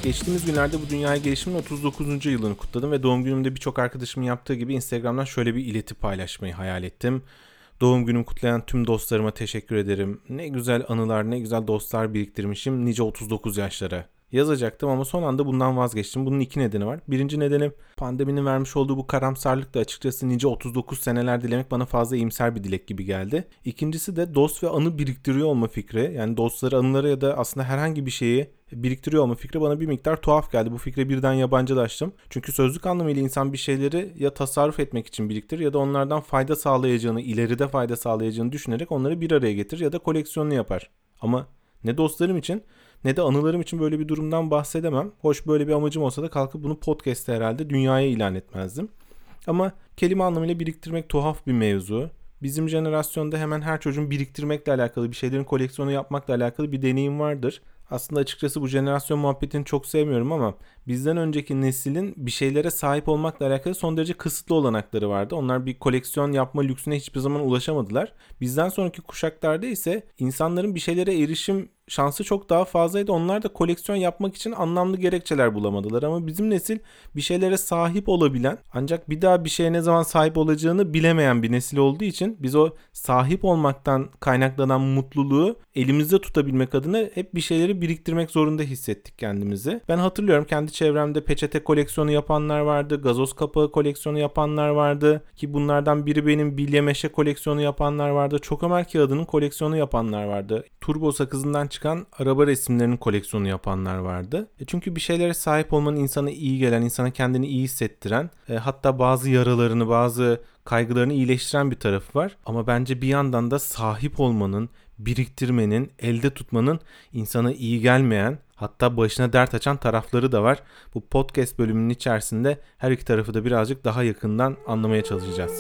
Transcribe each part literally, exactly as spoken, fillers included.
Geçtiğimiz günlerde bu dünyaya gelişimin otuz dokuzuncu yılını kutladım ve doğum günümde birçok arkadaşımın yaptığı gibi Instagram'dan şöyle bir ileti paylaşmayı hayal ettim. Doğum günümü kutlayan tüm dostlarıma teşekkür ederim. Ne güzel anılar, ne güzel dostlar biriktirmişim nice otuz dokuz yaşlara yazacaktım ama son anda bundan vazgeçtim. Bunun iki nedeni var. Birinci nedeni pandeminin vermiş olduğu bu karamsarlıkla açıkçası nice otuz dokuz seneler dilemek bana fazla iyimser bir dilek gibi geldi. İkincisi de dost ve anı biriktiriyor olma fikri. Yani dostları, anıları ya da aslında herhangi bir şeyi biriktiriyor olma fikri bana bir miktar tuhaf geldi. Bu fikre birden yabancılaştım. Çünkü sözlük anlamıyla insan bir şeyleri ya tasarruf etmek için biriktirir ya da onlardan fayda sağlayacağını, ileride fayda sağlayacağını düşünerek onları bir araya getirir ya da koleksiyonunu yapar. Ama ne dostlarım için ne de anılarım için böyle bir durumdan bahsedemem. Hoş, böyle bir amacım olsa da kalkıp bunu podcast'te herhalde dünyaya ilan etmezdim. Ama kelime anlamıyla biriktirmek tuhaf bir mevzu. Bizim jenerasyonda hemen her çocuğun biriktirmekle alakalı, bir şeylerin koleksiyonu yapmakla alakalı bir deneyim vardır. Aslında açıkçası bu jenerasyon muhabbetini çok sevmiyorum ama bizden önceki neslin bir şeylere sahip olmakla alakalı son derece kısıtlı olanakları vardı. Onlar bir koleksiyon yapma lüksüne hiçbir zaman ulaşamadılar. Bizden sonraki kuşaklarda ise insanların bir şeylere erişim şansı çok daha fazlaydı. Onlar da koleksiyon yapmak için anlamlı gerekçeler bulamadılar. Ama bizim nesil bir şeylere sahip olabilen ancak bir daha bir şeye ne zaman sahip olacağını bilemeyen bir nesil olduğu için biz o sahip olmaktan kaynaklanan mutluluğu elimizde tutabilmek adına hep bir şeyleri biriktirmek zorunda hissettik kendimizi. Ben hatırlıyorum, kendi çevremde peçete koleksiyonu yapanlar vardı, gazoz kapağı koleksiyonu yapanlar vardı ki bunlardan biri benim bilye meşe koleksiyonu yapanlar vardı. Çokomel kağıdının koleksiyonu yapanlar vardı. Turbo sakızından çıkan araba resimlerinin koleksiyonu yapanlar vardı. E çünkü bir şeylere sahip olmanın insana iyi gelen, insana kendini iyi hissettiren, e, hatta bazı yaralarını, bazı kaygılarını iyileştiren bir tarafı var. Ama bence bir yandan da sahip olmanın, biriktirmenin, elde tutmanın insana iyi gelmeyen, hatta başına dert açan tarafları da var. Bu podcast bölümünün içerisinde her iki tarafı da birazcık daha yakından anlamaya çalışacağız.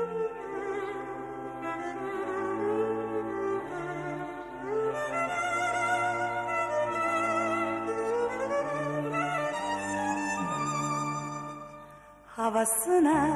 Havasına,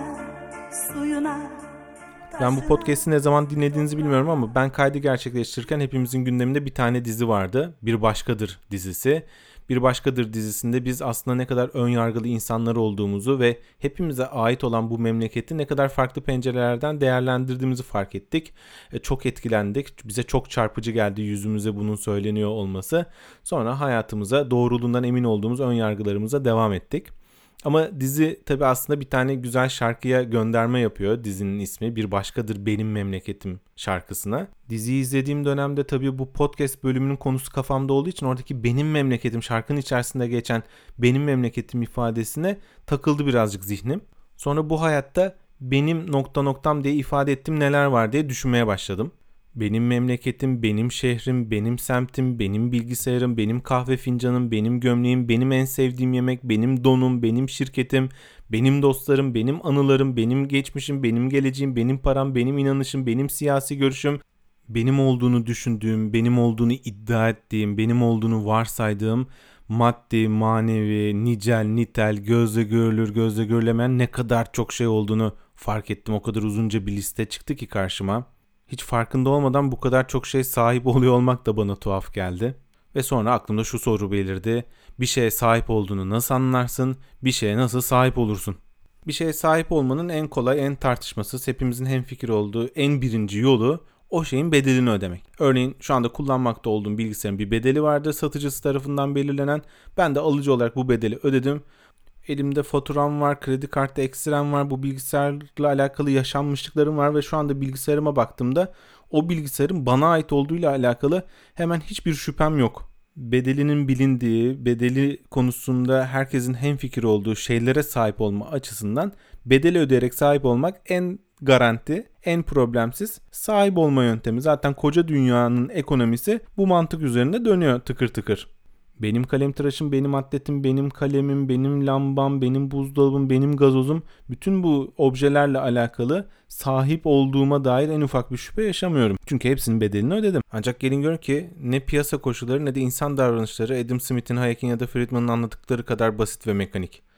suyuna. Ben bu podcast'i ne zaman dinlediğinizi bilmiyorum ama ben kaydı gerçekleştirirken hepimizin gündeminde bir tane dizi vardı. Bir Başkadır dizisi. Bir Başkadır dizisinde biz aslında ne kadar ön yargılı insanlar olduğumuzu ve hepimize ait olan bu memleketi ne kadar farklı pencerelerden değerlendirdiğimizi fark ettik. E, çok etkilendik. Bize çok çarpıcı geldi yüzümüze bunun söyleniyor olması. Sonra hayatımıza doğruluğundan emin olduğumuz ön yargılarımıza devam ettik. Ama dizi tabii aslında bir tane güzel şarkıya gönderme yapıyor. Dizinin ismi Bir Başkadır Benim Memleketim şarkısına. Diziyi izlediğim dönemde tabii bu podcast bölümünün konusu kafamda olduğu için oradaki benim memleketim, şarkının içerisinde geçen benim memleketim ifadesine takıldı birazcık zihnim. Sonra bu hayatta benim nokta noktam diye ifade ettim neler var diye düşünmeye başladım. Benim memleketim, benim şehrim, benim semtim, benim bilgisayarım, benim kahve fincanım, benim gömleğim, benim en sevdiğim yemek, benim donum, benim şirketim, benim dostlarım, benim anılarım, benim geçmişim, benim geleceğim, benim param, benim inanışım, benim siyasi görüşüm, benim olduğunu düşündüğüm, benim olduğunu iddia ettiğim, benim olduğunu varsaydığım maddi, manevi, nicel, nitel, gözle görülür, gözle görülemeyen ne kadar çok şey olduğunu fark ettim. O kadar uzunca bir liste çıktı ki karşıma. Hiç farkında olmadan bu kadar çok şey sahip oluyor olmak da bana tuhaf geldi. Ve sonra aklımda şu soru belirdi. Bir şeye sahip olduğunu nasıl anlarsın? Bir şeye nasıl sahip olursun? Bir şeye sahip olmanın en kolay, en tartışmasız, hepimizin hemfikir olduğu en birinci yolu o şeyin bedelini ödemek. Örneğin şu anda kullanmakta olduğum bilgisayarın bir bedeli vardır, satıcısı tarafından belirlenen. Ben de alıcı olarak bu bedeli ödedim. Elimde faturam var, kredi kartı ekstrem var, bu bilgisayarla alakalı yaşanmışlıklarım var ve şu anda bilgisayarıma baktığımda o bilgisayarın bana ait olduğuyla alakalı hemen hiçbir şüphem yok. Bedelinin bilindiği, bedeli konusunda herkesin hemfikir olduğu şeylere sahip olma açısından bedeli ödeyerek sahip olmak en garanti, en problemsiz sahip olma yöntemi. Zaten koca dünyanın ekonomisi bu mantık üzerinde dönüyor tıkır tıkır. Benim kalemtıraşım, benim atletim, benim kalemim, benim lambam, benim buzdolabım, benim gazozum, bütün bu objelerle alakalı sahip olduğuma dair en ufak bir şüphe yaşamıyorum. Çünkü hepsinin bedelini ödedim. Ancak gelin görün ki ne piyasa koşulları ne de insan davranışları Adam Smith'in, Hayek'in ya da Friedman'ın anlattıkları kadar basit ve mekanik.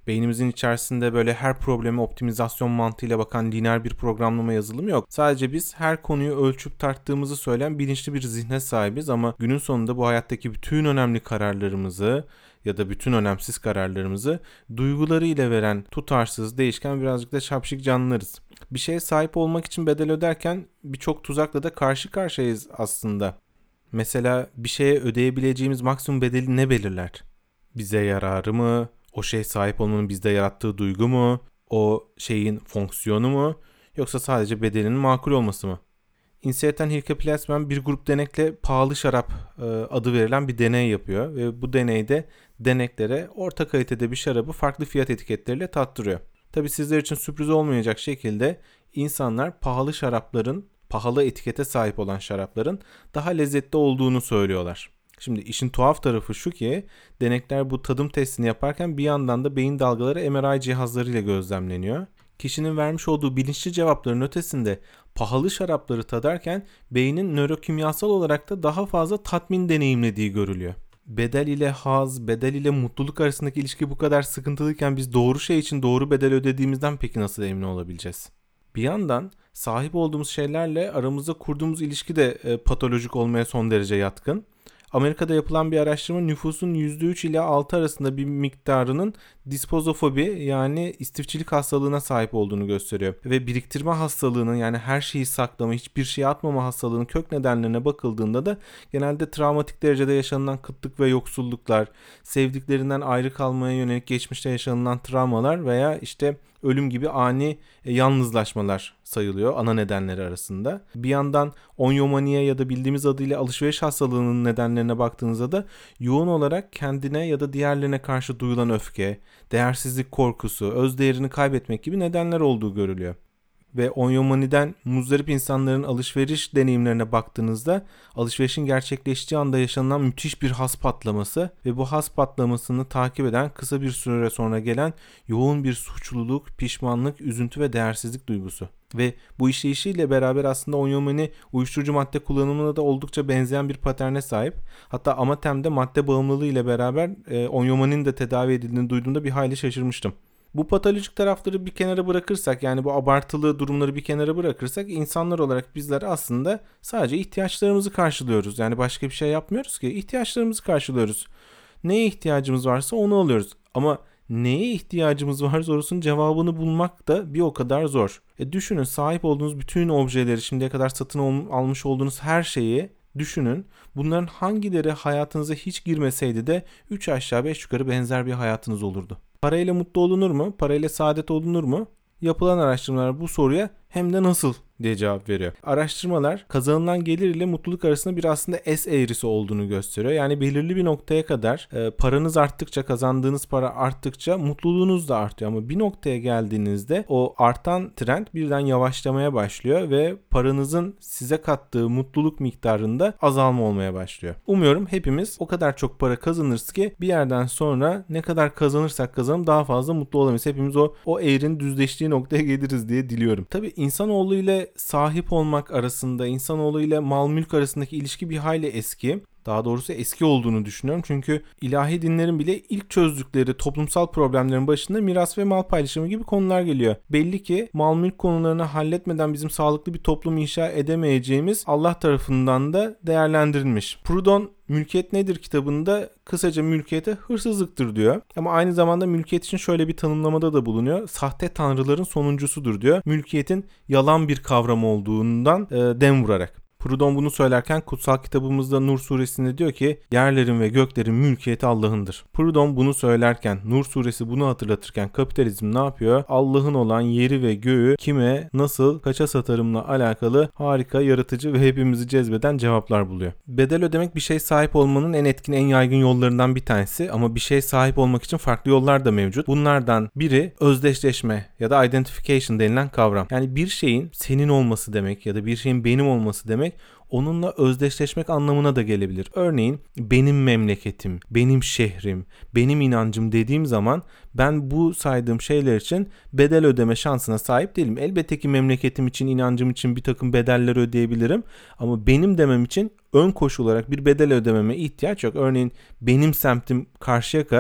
Beynimizin içerisinde böyle her probleme optimizasyon mantığıyla bakan lineer bir programlama yazılımı yok. Sadece biz her konuyu ölçüp tarttığımızı söyleyen bilinçli bir zihne sahibiz ama günün sonunda bu hayattaki bütün önemli kararlarımızı ya da bütün önemsiz kararlarımızı duygularıyla veren tutarsız, değişken, birazcık da şapşik canlılarız. Bir şeye sahip olmak için bedel öderken birçok tuzakla da karşı karşıyayız aslında. Mesela bir şeye ödeyebileceğimiz maksimum bedeli ne belirler? Bize yararı mı? O şeye sahip olmanın bizde yarattığı duygu mu? O şeyin fonksiyonu mu? Yoksa sadece bedelinin makul olması mı? Incertain Hilke Plasman bir grup denekle pahalı şarap e, adı verilen bir deney yapıyor ve bu deneyde deneklere orta kalitede bir şarabı farklı fiyat etiketleriyle tattırıyor. Tabii sizler için sürpriz olmayacak şekilde insanlar pahalı şarapların, pahalı etikete sahip olan şarapların daha lezzetli olduğunu söylüyorlar. Şimdi işin tuhaf tarafı şu ki denekler bu tadım testini yaparken bir yandan da beyin dalgaları M R I cihazlarıyla gözlemleniyor. Kişinin vermiş olduğu bilinçli cevapların ötesinde pahalı şarapları tadarken beynin nörokimyasal olarak da daha fazla tatmin deneyimlediği görülüyor. Bedel ile haz, bedel ile mutluluk arasındaki ilişki bu kadar sıkıntılıyken biz doğru şey için doğru bedel ödediğimizden peki nasıl emin olabileceğiz? Bir yandan sahip olduğumuz şeylerle aramızda kurduğumuz ilişki de e, patolojik olmaya son derece yatkın. Amerika'da yapılan bir araştırma nüfusun yüzde üç ila altı arasında bir miktarının dispozofobi yani istifçilik hastalığına sahip olduğunu gösteriyor. Ve biriktirme hastalığının yani her şeyi saklama, hiçbir şey atmama hastalığının kök nedenlerine bakıldığında da genelde travmatik derecede yaşanılan kıtlık ve yoksulluklar, sevdiklerinden ayrı kalmaya yönelik geçmişte yaşanılan travmalar veya işte ölüm gibi ani e, yalnızlaşmalar sayılıyor ana nedenleri arasında. Bir yandan onyomaniye ya da bildiğimiz adıyla alışveriş hastalığının nedenlerine baktığınızda da yoğun olarak kendine ya da diğerlerine karşı duyulan öfke, değersizlik korkusu, özdeğerini kaybetmek gibi nedenler olduğu görülüyor. Ve onyomaniden muzdarip insanların alışveriş deneyimlerine baktığınızda alışverişin gerçekleştiği anda yaşanılan müthiş bir haz patlaması ve bu haz patlamasını takip eden kısa bir süre sonra gelen yoğun bir suçluluk, pişmanlık, üzüntü ve değersizlik duygusu. Ve bu işleyişiyle beraber aslında onyomani uyuşturucu madde kullanımına da oldukça benzeyen bir paterne sahip. Hatta Amatem'de madde bağımlılığı ile beraber e, onyomaninin de tedavi edildiğini duyduğumda bir hayli şaşırmıştım. Bu patolojik tarafları bir kenara bırakırsak yani bu abartılı durumları bir kenara bırakırsak insanlar olarak bizler aslında sadece ihtiyaçlarımızı karşılıyoruz. Yani başka bir şey yapmıyoruz ki ihtiyaçlarımızı karşılıyoruz. Neye ihtiyacımız varsa onu alıyoruz ama neye ihtiyacımız var sorusunun cevabını bulmak da bir o kadar zor. E düşünün sahip olduğunuz bütün objeleri şimdiye kadar satın al- almış olduğunuz her şeyi düşünün. Bunların hangileri hayatınıza hiç girmeseydi de üç aşağı beş yukarı benzer bir hayatınız olurdu. Parayla mutlu olunur mu? Parayla saadet olunur mu? Yapılan araştırmalar bu soruya hem de nasıl diye cevap veriyor. Araştırmalar kazanılan gelir ile mutluluk arasında bir aslında S eğrisi olduğunu gösteriyor. Yani belirli bir noktaya kadar e, paranız arttıkça, kazandığınız para arttıkça mutluluğunuz da artıyor. Ama bir noktaya geldiğinizde o artan trend birden yavaşlamaya başlıyor ve paranızın size kattığı mutluluk miktarında azalma olmaya başlıyor. Umuyorum hepimiz o kadar çok para kazanırız ki bir yerden sonra ne kadar kazanırsak kazanalım daha fazla mutlu olamayız. Hepimiz o, o eğrinin düzleştiği noktaya geliriz diye diliyorum. Tabii insanoğlu ile sahip olmak arasında, insanoğlu ile mal mülk arasındaki ilişki bir hayli eski. Daha doğrusu eski olduğunu düşünüyorum. Çünkü ilahi dinlerin bile ilk çözdükleri toplumsal problemlerin başında miras ve mal paylaşımı gibi konular geliyor. Belli ki mal mülk konularını halletmeden bizim sağlıklı bir toplum inşa edemeyeceğimiz Allah tarafından da değerlendirilmiş. Proudhon Mülkiyet Nedir kitabında kısaca mülkiyete hırsızlıktır diyor. Ama aynı zamanda mülkiyet için şöyle bir tanımlamada da bulunuyor. Sahte tanrıların sonuncusudur diyor. Mülkiyetin yalan bir kavram olduğundan e, dem vurarak. Proudhon bunu söylerken kutsal kitabımızda Nur suresinde diyor ki yerlerin ve göklerin mülkiyeti Allah'ındır. Proudhon bunu söylerken Nur suresi bunu hatırlatırken kapitalizm ne yapıyor? Allah'ın olan yeri ve göğü kime, nasıl, kaça satarımla alakalı harika, yaratıcı ve hepimizi cezbeden cevaplar buluyor. Bedel ödemek bir şey sahip olmanın en etkin, en yaygın yollarından bir tanesi ama bir şey sahip olmak için farklı yollar da mevcut. Bunlardan biri özdeşleşme ya da identification denilen kavram. Yani bir şeyin senin olması demek ya da bir şeyin benim olması demek onunla özdeşleşmek anlamına da gelebilir. Örneğin benim memleketim, benim şehrim, benim inancım dediğim zaman ben bu saydığım şeyler için bedel ödeme şansına sahip değilim. Elbette ki memleketim için, inancım için bir takım bedeller ödeyebilirim ama benim demem için ön koşul olarak bir bedel ödememe ihtiyaç yok. Örneğin benim semtim Karşıyaka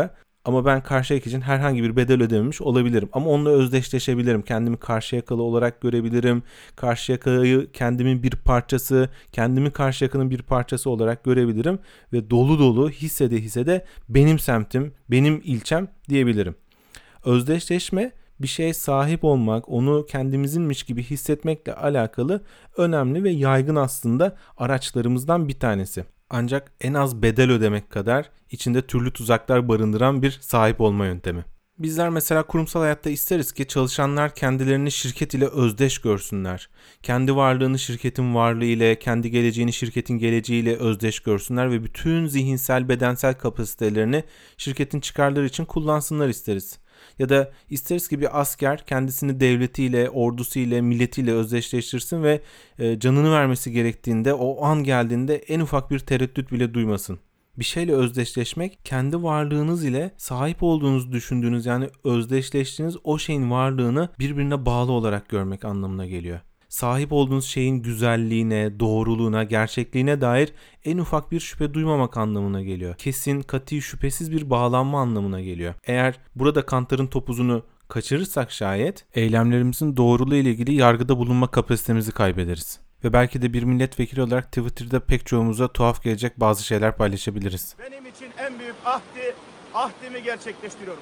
Ama ben Karşıyaka için herhangi bir bedel ödememiş olabilirim. Ama onunla özdeşleşebilirim. Kendimi Karşıyakalı olarak görebilirim. Karşıyaka'yı kendimin bir parçası, kendimi Karşıyaka'nın bir parçası olarak görebilirim. Ve dolu dolu hissede hissede benim semtim, benim ilçem diyebilirim. Özdeşleşme bir şeye sahip olmak, onu kendimizinmiş gibi hissetmekle alakalı önemli ve yaygın aslında araçlarımızdan bir tanesi. Ancak en az bedel ödemek kadar içinde türlü tuzaklar barındıran bir sahip olma yöntemi. Bizler mesela kurumsal hayatta isteriz ki çalışanlar kendilerini şirket ile özdeş görsünler. Kendi varlığını şirketin varlığı ile, kendi geleceğini şirketin geleceğiyle özdeş görsünler ve bütün zihinsel, bedensel kapasitelerini şirketin çıkarları için kullansınlar isteriz. Ya da isteriz ki bir asker kendisini devletiyle, ordusuyla, milletiyle özdeşleştirsin ve canını vermesi gerektiğinde, o an geldiğinde en ufak bir tereddüt bile duymasın. Bir şeyle özdeşleşmek, kendi varlığınız ile sahip olduğunuzu düşündüğünüz, yani özdeşleştiğiniz o şeyin varlığını birbirine bağlı olarak görmek anlamına geliyor. Sahip olduğunuz şeyin güzelliğine, doğruluğuna, gerçekliğine dair en ufak bir şüphe duymamak anlamına geliyor. Kesin, kati, şüphesiz bir bağlanma anlamına geliyor. Eğer burada Kantar'ın topuzunu kaçırırsak şayet, eylemlerimizin doğruluğu ile ilgili yargıda bulunma kapasitemizi kaybederiz. Ve belki de bir milletvekili olarak Twitter'da pek çoğumuza tuhaf gelecek bazı şeyler paylaşabiliriz. Benim için en büyük ahdi, ahdimi gerçekleştiriyorum.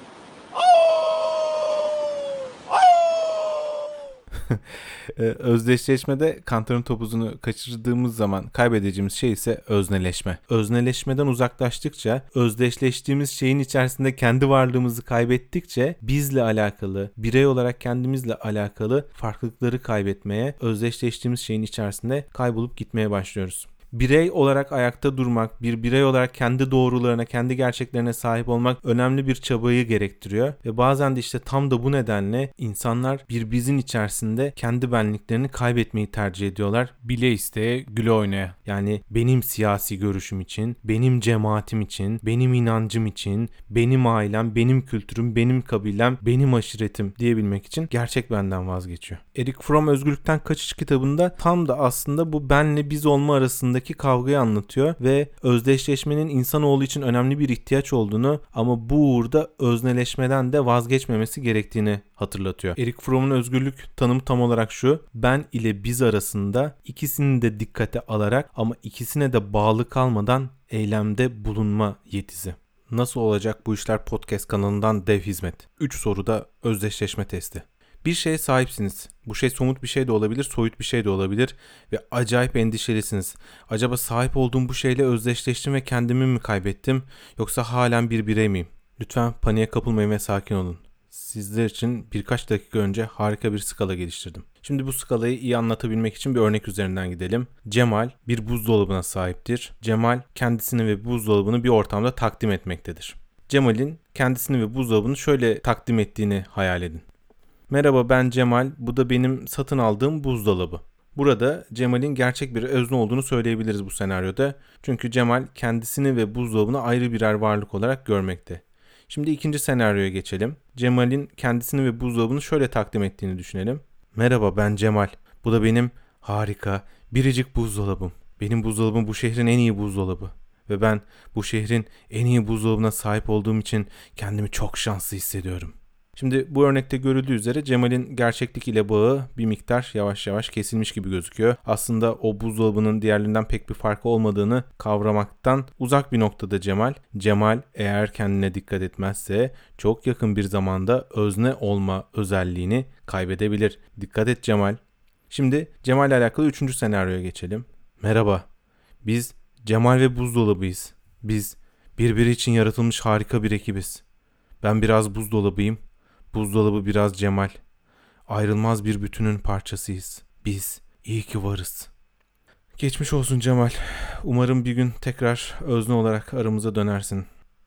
Özdeşleşmede Kantar'ın topuzunu kaçırdığımız zaman kaybedeceğimiz şey ise özneleşme. Özneleşmeden uzaklaştıkça, özdeşleştiğimiz şeyin içerisinde kendi varlığımızı kaybettikçe bizle alakalı, birey olarak kendimizle alakalı farklılıkları kaybetmeye, özdeşleştiğimiz şeyin içerisinde kaybolup gitmeye başlıyoruz. Birey olarak ayakta durmak, bir birey olarak kendi doğrularına, kendi gerçeklerine sahip olmak önemli bir çabayı gerektiriyor. Ve bazen de işte tam da bu nedenle insanlar bir bizin içerisinde kendi benliklerini kaybetmeyi tercih ediyorlar. Bile isteye, güle oynaya. Yani benim siyasi görüşüm için, benim cemaatim için, benim inancım için, benim ailem, benim kültürüm, benim kabilem, benim aşiretim diyebilmek için gerçek benden vazgeçiyor. Eric Fromm Özgürlükten Kaçış kitabında tam da aslında bu benle biz olma arasında kavgayı anlatıyor ve özdeşleşmenin insanoğlu için önemli bir ihtiyaç olduğunu ama bu uğurda özneleşmeden de vazgeçmemesi gerektiğini hatırlatıyor. Eric Fromm'un özgürlük tanımı tam olarak şu: ben ile biz arasında ikisini de dikkate alarak ama ikisine de bağlı kalmadan eylemde bulunma yetisi. Nasıl olacak bu işler podcast kanalından dev hizmet. üç soruda özdeşleşme testi. Bir şeye sahipsiniz. Bu şey somut bir şey de olabilir, soyut bir şey de olabilir ve acayip endişelisiniz. Acaba sahip olduğum bu şeyle özdeşleştim ve kendimi mi kaybettim, yoksa halen bir birey miyim? Lütfen paniğe kapılmayın ve sakin olun. Sizler için birkaç dakika önce harika bir skala geliştirdim. Şimdi bu skalayı iyi anlatabilmek için bir örnek üzerinden gidelim. Cemal bir buzdolabına sahiptir. Cemal kendisini ve buzdolabını bir ortamda takdim etmektedir. Cemal'in kendisini ve buzdolabını şöyle takdim ettiğini hayal edin. Merhaba, ben Cemal, bu da benim satın aldığım buzdolabı. Burada Cemal'in gerçek bir özne olduğunu söyleyebiliriz bu senaryoda. Çünkü Cemal kendisini ve buzdolabını ayrı birer varlık olarak görmekte. Şimdi ikinci senaryoya geçelim. Cemal'in kendisini ve buzdolabını şöyle takdim ettiğini düşünelim. Merhaba, ben Cemal, bu da benim harika, biricik buzdolabım. Benim buzdolabım bu şehrin en iyi buzdolabı. Ve ben bu şehrin en iyi buzdolabına sahip olduğum için kendimi çok şanslı hissediyorum. Şimdi bu örnekte görüldüğü üzere Cemal'in gerçeklik ile bağı bir miktar yavaş yavaş kesilmiş gibi gözüküyor. Aslında o buzdolabının diğerlerinden pek bir farkı olmadığını kavramaktan uzak bir noktada Cemal. Cemal eğer kendine dikkat etmezse çok yakın bir zamanda özne olma özelliğini kaybedebilir. Dikkat et Cemal. Şimdi Cemal ile alakalı üçüncü senaryoya geçelim. Merhaba, biz Cemal ve buzdolabıyız. Biz birbiri için yaratılmış harika bir ekibiz. Ben biraz buzdolabıyım. Buzdolabı biraz Cemal. Ayrılmaz bir bütünün parçasıyız. Biz iyi ki varız. Geçmiş olsun Cemal. Umarım bir gün tekrar özne olarak aramıza dönersin.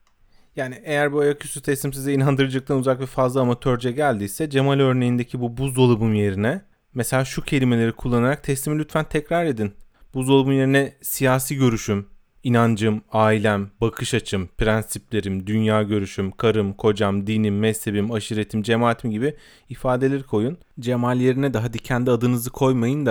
Yani eğer bu ayaküstü teslim size inandırıcılıktan uzak ve fazla amatörce geldiyse Cemal örneğindeki bu buzdolabım yerine mesela şu kelimeleri kullanarak teslimi lütfen tekrar edin. Buzdolabım yerine siyasi görüşüm, İnancım, ailem, bakış açım, prensiplerim, dünya görüşüm, karım, kocam, dinim, mezhebim, aşiretim, cemaatim gibi ifadeleri koyun. Cemal yerine de hadi kendi adınızı koymayın da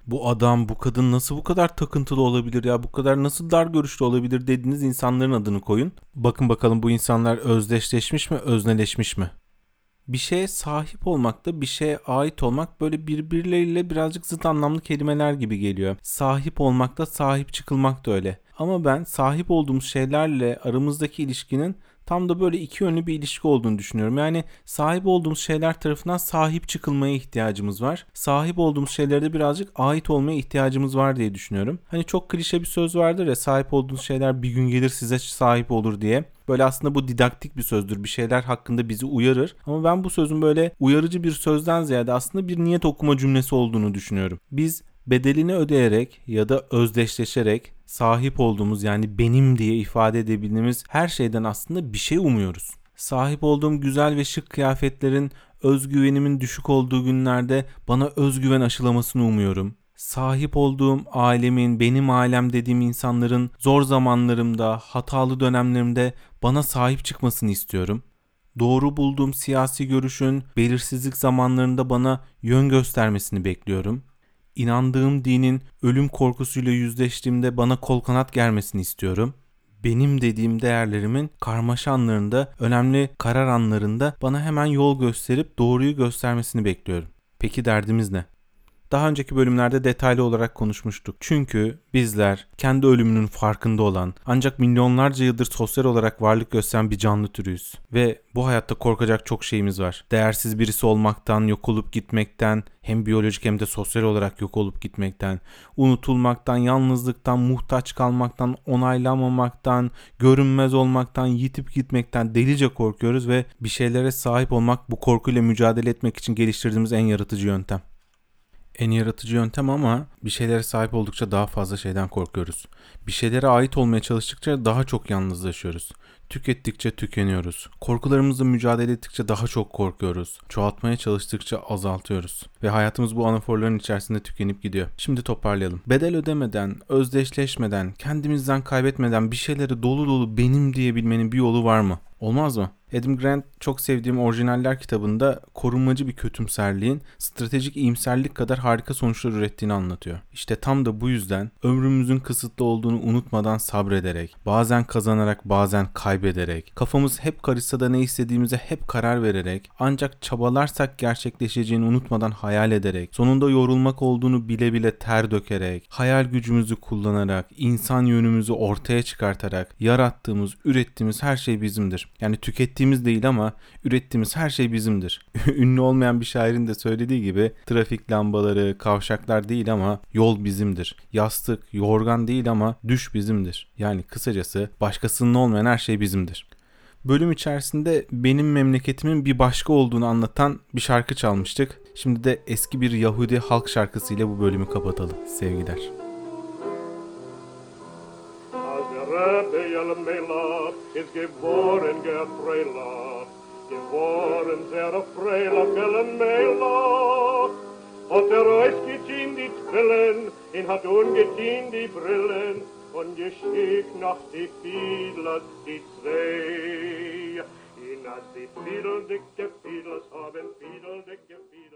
bu adam, bu kadın nasıl bu kadar takıntılı olabilir ya, bu kadar nasıl dar görüşlü olabilir dediğiniz insanların adını koyun. Bakın bakalım bu insanlar özdeşleşmiş mi, özneleşmiş mi? Bir şeye sahip olmakla bir şeye ait olmak böyle birbirleriyle birazcık zıt anlamlı kelimeler gibi geliyor. Sahip olmakla sahip çıkılmak da öyle. Ama ben sahip olduğumuz şeylerle aramızdaki ilişkinin tam da böyle iki yönlü bir ilişki olduğunu düşünüyorum. Yani sahip olduğumuz şeyler tarafından sahip çıkılmaya ihtiyacımız var. Sahip olduğumuz şeylere de birazcık ait olmaya ihtiyacımız var diye düşünüyorum. Hani çok klişe bir söz vardır ya, sahip olduğunuz şeyler bir gün gelir size sahip olur diye. Böyle aslında bu didaktik bir sözdür. Bir şeyler hakkında bizi uyarır. Ama ben bu sözün böyle uyarıcı bir sözden ziyade aslında bir niyet okuma cümlesi olduğunu düşünüyorum. Biz bedelini ödeyerek ya da özdeşleşerek sahip olduğumuz, yani benim diye ifade edebildiğimiz her şeyden aslında bir şey umuyoruz. Sahip olduğum güzel ve şık kıyafetlerin özgüvenimin düşük olduğu günlerde bana özgüven aşılamasını umuyorum. Sahip olduğum ailemin, benim ailem dediğim insanların zor zamanlarımda, hatalı dönemlerimde bana sahip çıkmasını istiyorum. Doğru bulduğum siyasi görüşün belirsizlik zamanlarında bana yön göstermesini bekliyorum. İnandığım dinin ölüm korkusuyla yüzleştiğimde bana kol kanat germesini istiyorum. Benim dediğim değerlerimin karmaşa anlarında, önemli karar anlarında bana hemen yol gösterip doğruyu göstermesini bekliyorum. Peki derdimiz ne? Daha önceki bölümlerde detaylı olarak konuşmuştuk. Çünkü bizler kendi ölümünün farkında olan, ancak milyonlarca yıldır sosyal olarak varlık gösteren bir canlı türüyüz. Ve bu hayatta korkacak çok şeyimiz var. Değersiz birisi olmaktan, yok olup gitmekten, hem biyolojik hem de sosyal olarak yok olup gitmekten, unutulmaktan, yalnızlıktan, muhtaç kalmaktan, onaylanmamaktan, görünmez olmaktan, yitip gitmekten delice korkuyoruz ve bir şeylere sahip olmak bu korkuyla mücadele etmek için geliştirdiğimiz en yaratıcı yöntem. En yaratıcı yöntem ama bir şeylere sahip oldukça daha fazla şeyden korkuyoruz. Bir şeylere ait olmaya çalıştıkça daha çok yalnızlaşıyoruz. Tükettikçe tükeniyoruz. Korkularımızla mücadele ettikçe daha çok korkuyoruz. Çoğaltmaya çalıştıkça azaltıyoruz. Ve hayatımız bu anaforların içerisinde tükenip gidiyor. Şimdi toparlayalım. Bedel ödemeden, özdeşleşmeden, kendimizden kaybetmeden bir şeyleri dolu dolu benim diyebilmenin bir yolu var mı? Olmaz mı? Adam Grant çok sevdiğim Orijinaller kitabında korunmacı bir kötümserliğin stratejik iyimserlik kadar harika sonuçlar ürettiğini anlatıyor. İşte tam da bu yüzden ömrümüzün kısıtlı olduğunu unutmadan sabrederek, bazen kazanarak bazen kaybederek, kafamız hep karışsa da ne istediğimize hep karar vererek, ancak çabalarsak gerçekleşeceğini unutmadan hayal ederek, sonunda yorulmak olduğunu bile bile ter dökerek, hayal gücümüzü kullanarak, insan yönümüzü ortaya çıkartarak yarattığımız, ürettiğimiz her şey bizimdir. Yani tükettiğimiz değil ama ürettiğimiz her şey bizimdir. Ünlü olmayan bir şairin de söylediği gibi trafik lambaları, kavşaklar değil ama yol bizimdir. Yastık, yorgan değil ama düş bizimdir. Yani kısacası başkasının olmayan her şey bizimdir. Bölüm içerisinde benim memleketimin bir başka olduğunu anlatan bir şarkı çalmıştık. Şimdi de eski bir Yahudi halk şarkısıyla bu bölümü kapatalım. Sevgiler. Is geboren Gerd Freiler, geboren sehr Freiler, Gellen Meiler. Hat er ausgezogen die Trillen, ihn hat ungezogen die Brillen, und geschickt nach die Fiedler, die zwei. In as die Fiedeldicke Fiedlers haben Fiedeldicke Fiedler.